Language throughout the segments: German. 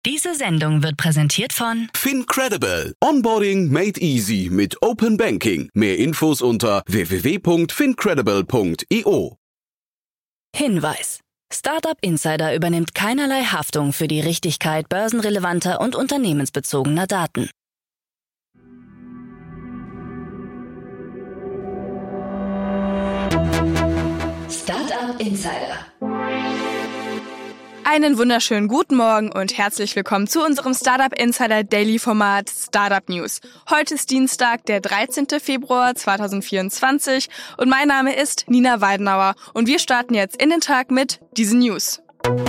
Diese Sendung wird präsentiert von FinCredible. Onboarding made easy mit Open Banking. Mehr Infos unter www.fincredible.io. Hinweis. Startup Insider übernimmt keinerlei Haftung für die Richtigkeit börsenrelevanter und unternehmensbezogener Daten. Startup Insider. Einen wunderschönen guten Morgen und herzlich willkommen zu unserem Startup Insider Daily Format Startup News. Heute ist Dienstag, der 13. Februar 2024 und mein Name ist Nina Weidenauer und wir starten jetzt in den Tag mit diesen News.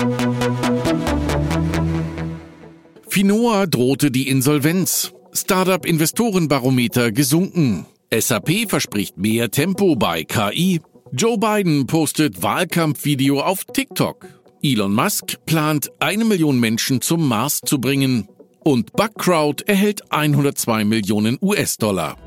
Finoa drohte die Insolvenz. Startup-Investorenbarometer gesunken. SAP verspricht mehr Tempo bei KI. Joe Biden postet Wahlkampfvideo auf TikTok. Elon Musk plant, 1 Million Menschen zum Mars zu bringen. Und Bugcrowd erhält 102 Millionen US-Dollar.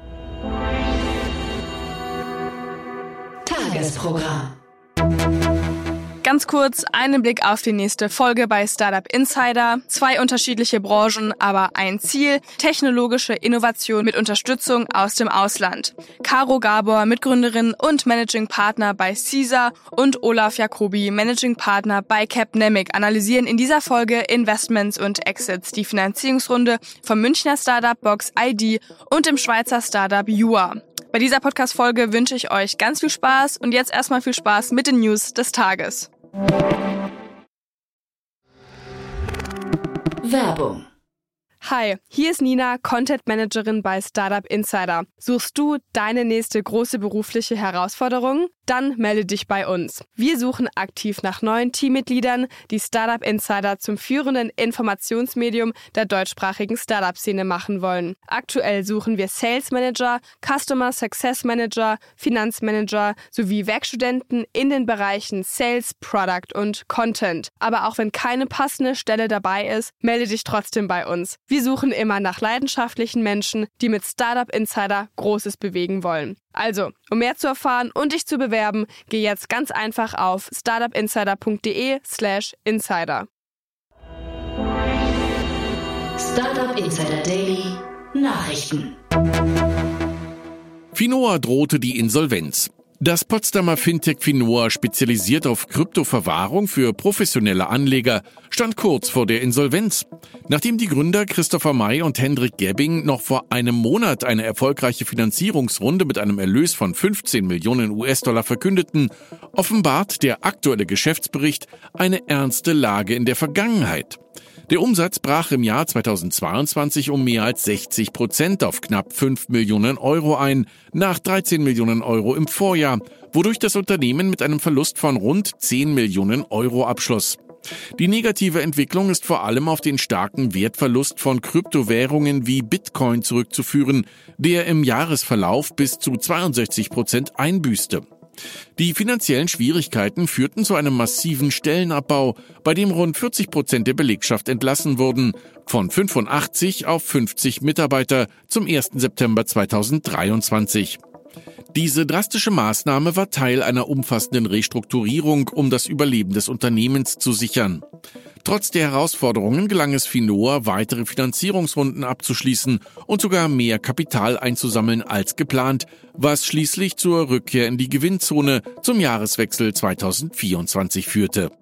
Tagesprogramm. Ganz kurz einen Blick auf die nächste Folge bei Startup Insider. 2 unterschiedliche Branchen, aber ein Ziel: technologische Innovation mit Unterstützung aus dem Ausland. Caro Gabor, Mitgründerin und Managing Partner bei Caesar, und Olaf Jacobi, Managing Partner bei Capnemic, analysieren in dieser Folge Investments und Exits, die Finanzierungsrunde vom Münchner Startup Box ID und dem Schweizer Startup Yua. Bei dieser Podcast-Folge wünsche ich euch ganz viel Spaß und jetzt erstmal viel Spaß mit den News des Tages. Werbung. Hi, hier ist Nina, Content Managerin bei Startup Insider. Suchst du deine nächste große berufliche Herausforderung? Dann melde dich bei uns. Wir suchen aktiv nach neuen Teammitgliedern, die Startup Insider zum führenden Informationsmedium der deutschsprachigen Startup-Szene machen wollen. Aktuell suchen wir Sales Manager, Customer Success Manager, Finanzmanager sowie Werkstudenten in den Bereichen Sales, Product und Content. Aber auch wenn keine passende Stelle dabei ist, melde dich trotzdem bei uns. Wir suchen immer nach leidenschaftlichen Menschen, die mit Startup Insider Großes bewegen wollen. Also, um mehr zu erfahren und dich zu bewerben, geh jetzt ganz einfach auf startupinsider.de/insider. Startup Insider Daily Nachrichten. Finoa drohte die Insolvenz. Das Potsdamer Fintech Finoa, spezialisiert auf Kryptoverwahrung für professionelle Anleger, stand kurz vor der Insolvenz. Nachdem die Gründer Christopher May und Hendrik Gebbing noch vor einem Monat eine erfolgreiche Finanzierungsrunde mit einem Erlös von 15 Millionen US-Dollar verkündeten, offenbart der aktuelle Geschäftsbericht eine ernste Lage in der Vergangenheit. Der Umsatz brach im Jahr 2022 um mehr als 60% auf knapp 5 Millionen Euro ein, nach 13 Millionen Euro im Vorjahr, wodurch das Unternehmen mit einem Verlust von rund 10 Millionen Euro abschloss. Die negative Entwicklung ist vor allem auf den starken Wertverlust von Kryptowährungen wie Bitcoin zurückzuführen, der im Jahresverlauf bis zu 62% einbüßte. Die finanziellen Schwierigkeiten führten zu einem massiven Stellenabbau, bei dem rund 40% der Belegschaft entlassen wurden, von 85 auf 50 Mitarbeiter zum 1. September 2023. Diese drastische Maßnahme war Teil einer umfassenden Restrukturierung, um das Überleben des Unternehmens zu sichern. Trotz der Herausforderungen gelang es Finoa, weitere Finanzierungsrunden abzuschließen und sogar mehr Kapital einzusammeln als geplant, was schließlich zur Rückkehr in die Gewinnzone zum Jahreswechsel 2024 führte.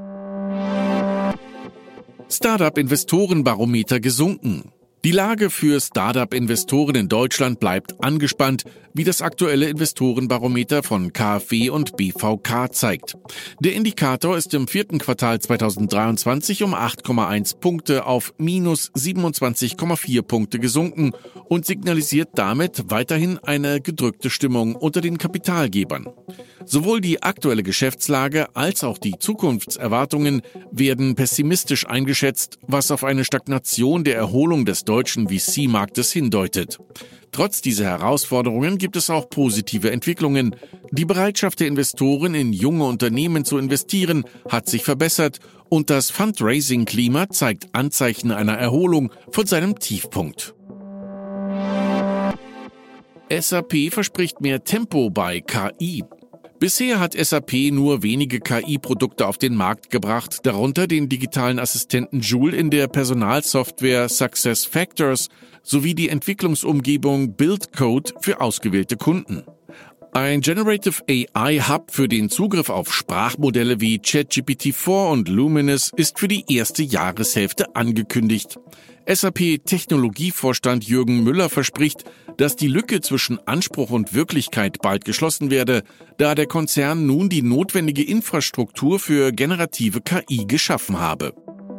Startup-Investorenbarometer gesunken. Die Lage für Startup-Investoren in Deutschland bleibt angespannt, wie das aktuelle Investorenbarometer von KfW und BVK zeigt. Der Indikator ist im 4. Quartal 2023 um 8,1 Punkte auf minus 27,4 Punkte gesunken und signalisiert damit weiterhin eine gedrückte Stimmung unter den Kapitalgebern. Sowohl die aktuelle Geschäftslage als auch die Zukunftserwartungen werden pessimistisch eingeschätzt, was auf eine Stagnation der Erholung des deutschen VC-Marktes hindeutet. Trotz dieser Herausforderungen gibt es auch positive Entwicklungen. Die Bereitschaft der Investoren, in junge Unternehmen zu investieren, hat sich verbessert und das Fundraising-Klima zeigt Anzeichen einer Erholung von seinem Tiefpunkt. SAP verspricht mehr Tempo bei KI. Bisher hat SAP nur wenige KI-Produkte auf den Markt gebracht, darunter den digitalen Assistenten Joule in der Personalsoftware SuccessFactors sowie die Entwicklungsumgebung BuildCode für ausgewählte Kunden. Ein Generative AI Hub für den Zugriff auf Sprachmodelle wie ChatGPT-4 und Luminous ist für die erste Jahreshälfte angekündigt. SAP-Technologievorstand Jürgen Müller verspricht, dass die Lücke zwischen Anspruch und Wirklichkeit bald geschlossen werde, da der Konzern nun die notwendige Infrastruktur für generative KI geschaffen habe.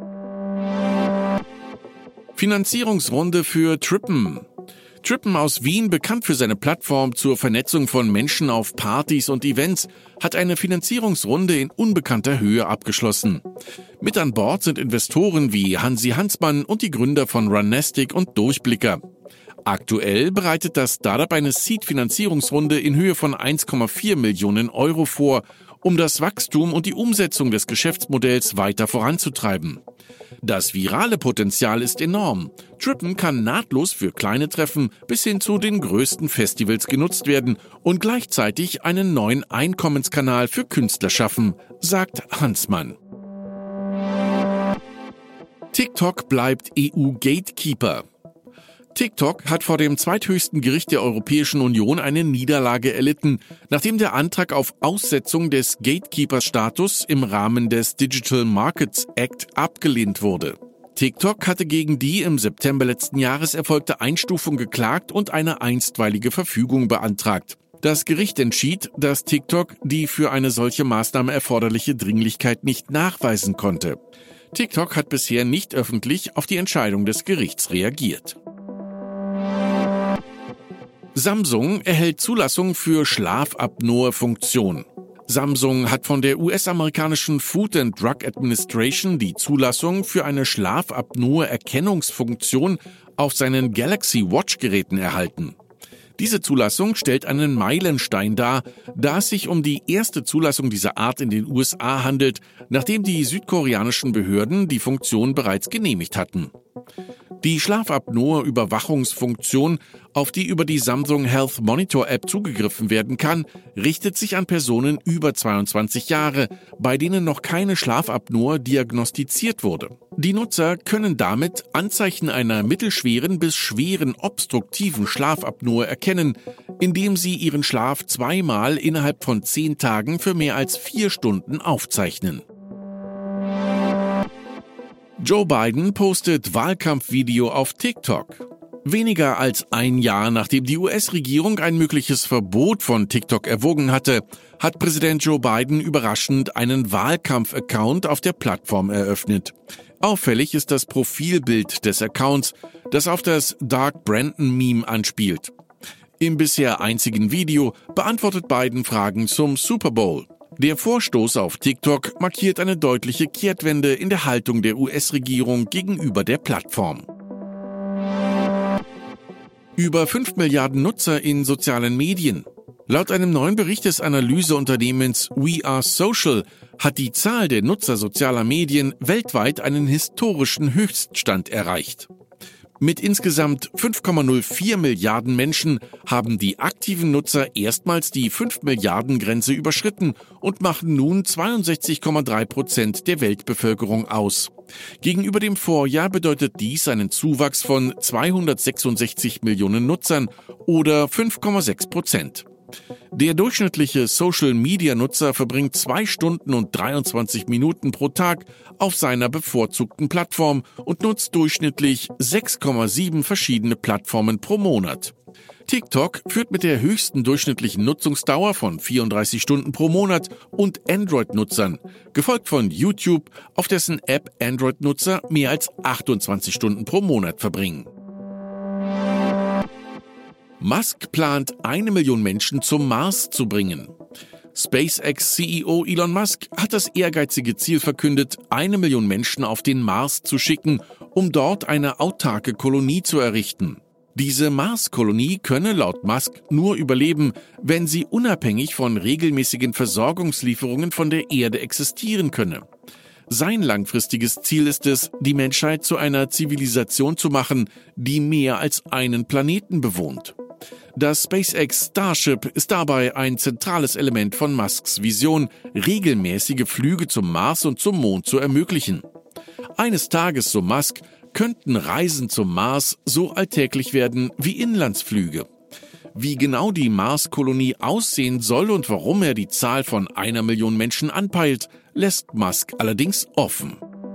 Finanzierungsrunde für Trippen. Trippen aus Wien, bekannt für seine Plattform zur Vernetzung von Menschen auf Partys und Events, hat eine Finanzierungsrunde in unbekannter Höhe abgeschlossen. Mit an Bord sind Investoren wie Hansi Hansmann und die Gründer von Runastic und Durchblicker. Aktuell bereitet das Startup eine Seed-Finanzierungsrunde in Höhe von 1,4 Millionen Euro vor, um das Wachstum und die Umsetzung des Geschäftsmodells weiter voranzutreiben. Das virale Potenzial ist enorm. Trippen kann nahtlos für kleine Treffen bis hin zu den größten Festivals genutzt werden und gleichzeitig einen neuen Einkommenskanal für Künstler schaffen, sagt Hansmann. TikTok bleibt EU-Gatekeeper. TikTok hat vor dem zweithöchsten Gericht der Europäischen Union eine Niederlage erlitten, nachdem der Antrag auf Aussetzung des Gatekeeper-Status im Rahmen des Digital Markets Act abgelehnt wurde. TikTok hatte gegen die im September letzten Jahres erfolgte Einstufung geklagt und eine einstweilige Verfügung beantragt. Das Gericht entschied, dass TikTok die für eine solche Maßnahme erforderliche Dringlichkeit nicht nachweisen konnte. TikTok hat bisher nicht öffentlich auf die Entscheidung des Gerichts reagiert. Samsung erhält Zulassung für Schlafapnoe-Funktion. Samsung hat von der US-amerikanischen Food and Drug Administration die Zulassung für eine Schlafapnoe-Erkennungsfunktion auf seinen Galaxy Watch-Geräten erhalten. Diese Zulassung stellt einen Meilenstein dar, da es sich um die erste Zulassung dieser Art in den USA handelt, nachdem die südkoreanischen Behörden die Funktion bereits genehmigt hatten. Die Schlafapnoe-Überwachungsfunktion, auf die über die Samsung Health Monitor App zugegriffen werden kann, richtet sich an Personen über 22 Jahre, bei denen noch keine Schlafapnoe diagnostiziert wurde. Die Nutzer können damit Anzeichen einer mittelschweren bis schweren obstruktiven Schlafapnoe erkennen, indem sie ihren Schlaf zweimal innerhalb von 10 Tagen für mehr als 4 Stunden aufzeichnen. Joe Biden postet Wahlkampfvideo auf TikTok. Weniger als ein Jahr nachdem die US-Regierung ein mögliches Verbot von TikTok erwogen hatte, hat Präsident Joe Biden überraschend einen Wahlkampf-Account auf der Plattform eröffnet. Auffällig ist das Profilbild des Accounts, das auf das Dark Brandon-Meme anspielt. Im bisher einzigen Video beantwortet Biden Fragen zum Super Bowl. Der Vorstoß auf TikTok markiert eine deutliche Kehrtwende in der Haltung der US-Regierung gegenüber der Plattform. Über 5 Milliarden Nutzer in sozialen Medien. Laut einem neuen Bericht des Analyseunternehmens We Are Social hat die Zahl der Nutzer sozialer Medien weltweit einen historischen Höchststand erreicht. Mit insgesamt 5,04 Milliarden Menschen haben die aktiven Nutzer erstmals die 5-Milliarden-Grenze überschritten und machen nun 62,3% der Weltbevölkerung aus. Gegenüber dem Vorjahr bedeutet dies einen Zuwachs von 266 Millionen Nutzern oder 5,6%. Der durchschnittliche Social-Media-Nutzer verbringt 2 Stunden und 23 Minuten pro Tag auf seiner bevorzugten Plattform und nutzt durchschnittlich 6,7 verschiedene Plattformen pro Monat. TikTok führt mit der höchsten durchschnittlichen Nutzungsdauer von 34 Stunden pro Monat und Android-Nutzern, gefolgt von YouTube, auf dessen App Android-Nutzer mehr als 28 Stunden pro Monat verbringen. Musk plant 1 Million Menschen zum Mars zu bringen. SpaceX-CEO Elon Musk hat das ehrgeizige Ziel verkündet, 1 Million Menschen auf den Mars zu schicken, um dort eine autarke Kolonie zu errichten. Diese Mars-Kolonie könne laut Musk nur überleben, wenn sie unabhängig von regelmäßigen Versorgungslieferungen von der Erde existieren könne. Sein langfristiges Ziel ist es, die Menschheit zu einer Zivilisation zu machen, die mehr als einen Planeten bewohnt. Das SpaceX Starship ist dabei ein zentrales Element von Musks Vision, regelmäßige Flüge zum Mars und zum Mond zu ermöglichen. Eines Tages, so Musk, könnten Reisen zum Mars so alltäglich werden wie Inlandsflüge. Wie genau die Marskolonie aussehen soll und warum er die Zahl von 1 Million Menschen anpeilt, lässt Musk allerdings offen.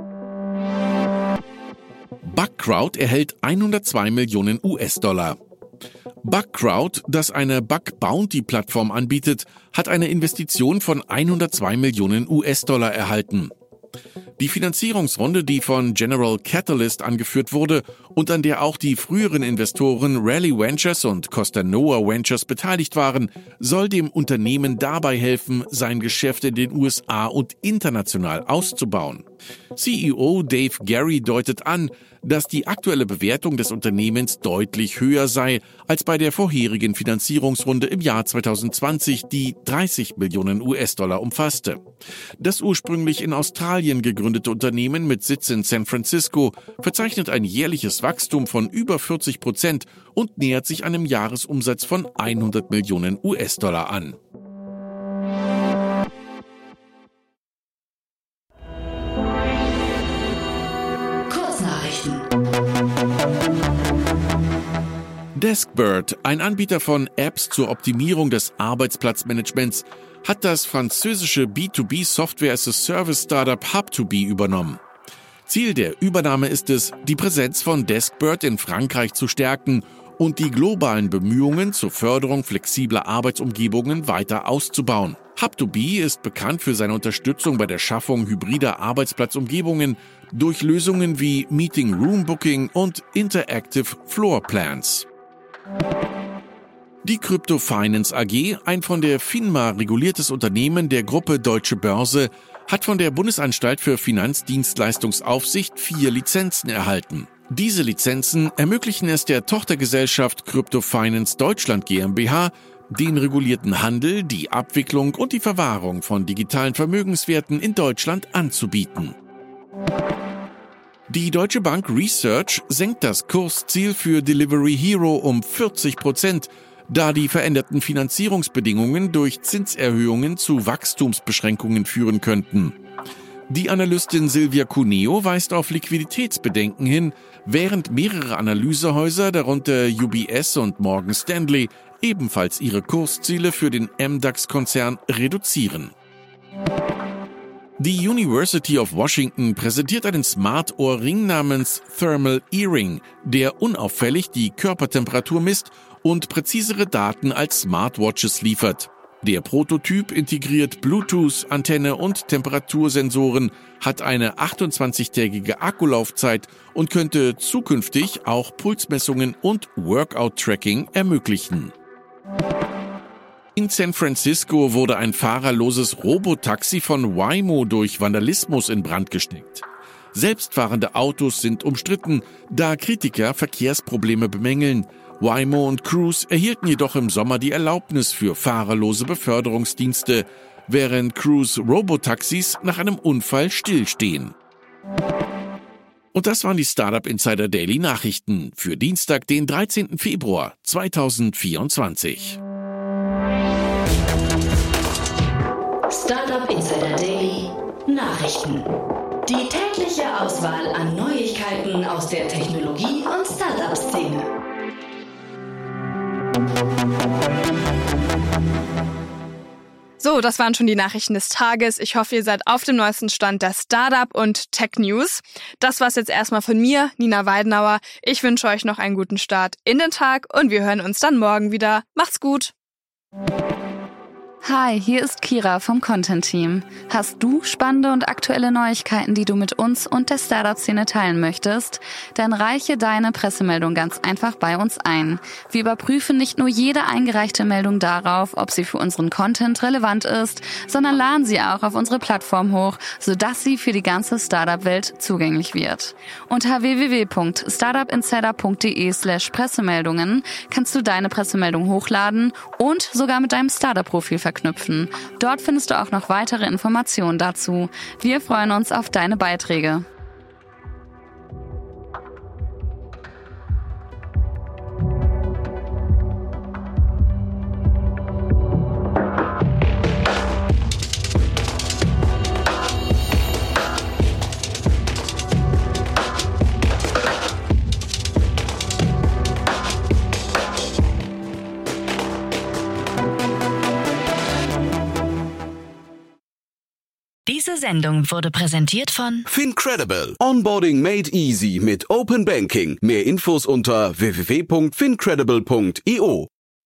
Bugcrowd erhält 102 Millionen US-Dollar. Bugcrowd, das eine Bug-Bounty-Plattform anbietet, hat eine Investition von 102 Millionen US-Dollar erhalten. Die Finanzierungsrunde, die von General Catalyst angeführt wurde und an der auch die früheren Investoren Raleigh Ventures und Costanoa Ventures beteiligt waren, soll dem Unternehmen dabei helfen, sein Geschäft in den USA und international auszubauen. CEO Dave Gary deutet an, dass die aktuelle Bewertung des Unternehmens deutlich höher sei als bei der vorherigen Finanzierungsrunde im Jahr 2020, die 30 Millionen US-Dollar umfasste. Das ursprünglich in Australien gegründete Unternehmen mit Sitz in San Francisco verzeichnet ein jährliches Wachstum von über 40% und nähert sich einem Jahresumsatz von 100 Millionen US-Dollar an. Deskbird, ein Anbieter von Apps zur Optimierung des Arbeitsplatzmanagements, hat das französische B2B-Software-as-a-Service-Startup Hub2B übernommen. Ziel der Übernahme ist es, die Präsenz von Deskbird in Frankreich zu stärken und die globalen Bemühungen zur Förderung flexibler Arbeitsumgebungen weiter auszubauen. Hub2B ist bekannt für seine Unterstützung bei der Schaffung hybrider Arbeitsplatzumgebungen durch Lösungen wie Meeting Room Booking und Interactive Floor Plans. Die Crypto Finance AG, ein von der FINMA reguliertes Unternehmen der Gruppe Deutsche Börse, hat von der Bundesanstalt für Finanzdienstleistungsaufsicht 4 Lizenzen erhalten. Diese Lizenzen ermöglichen es der Tochtergesellschaft Crypto Finance Deutschland GmbH, den regulierten Handel, die Abwicklung und die Verwahrung von digitalen Vermögenswerten in Deutschland anzubieten. Die Deutsche Bank Research senkt das Kursziel für Delivery Hero um 40%, da die veränderten Finanzierungsbedingungen durch Zinserhöhungen zu Wachstumsbeschränkungen führen könnten. Die Analystin Silvia Cuneo weist auf Liquiditätsbedenken hin, während mehrere Analysehäuser, darunter UBS und Morgan Stanley, ebenfalls ihre Kursziele für den MDAX-Konzern reduzieren. Die University of Washington präsentiert einen Smart-Ohrring namens Thermal Earring, der unauffällig die Körpertemperatur misst und präzisere Daten als Smartwatches liefert. Der Prototyp integriert Bluetooth, Antenne und Temperatursensoren, hat eine 28-tägige Akkulaufzeit und könnte zukünftig auch Pulsmessungen und Workout-Tracking ermöglichen. In San Francisco wurde ein fahrerloses Robotaxi von Waymo durch Vandalismus in Brand gesteckt. Selbstfahrende Autos sind umstritten, da Kritiker Verkehrsprobleme bemängeln. Waymo und Cruise erhielten jedoch im Sommer die Erlaubnis für fahrerlose Beförderungsdienste, während Cruise Robotaxis nach einem Unfall stillstehen. Und das waren die Startup Insider Daily Nachrichten für Dienstag, den 13. Februar 2024. Startup Insider Daily Nachrichten. Die tägliche Auswahl an Neuigkeiten aus der Technologie- und Startup-Szene. So, das waren schon die Nachrichten des Tages. Ich hoffe, ihr seid auf dem neuesten Stand der Startup- und Tech-News. Das war's jetzt erstmal von mir, Nina Weidenauer. Ich wünsche euch noch einen guten Start in den Tag und wir hören uns dann morgen wieder. Macht's gut! Hi, hier ist Kira vom Content-Team. Hast du spannende und aktuelle Neuigkeiten, die du mit uns und der Startup-Szene teilen möchtest? Dann reiche deine Pressemeldung ganz einfach bei uns ein. Wir überprüfen nicht nur jede eingereichte Meldung darauf, ob sie für unseren Content relevant ist, sondern laden sie auch auf unsere Plattform hoch, sodass sie für die ganze Startup-Welt zugänglich wird. Unter www.startupinsider.de/Pressemeldungen kannst du deine Pressemeldung hochladen und sogar mit deinem Startup-Profil verknüpfen. Dort findest du auch noch weitere Informationen dazu. Wir freuen uns auf deine Beiträge. Diese Sendung wurde präsentiert von Fincredible. Onboarding made easy mit Open Banking. Mehr Infos unter www.fincredible.io.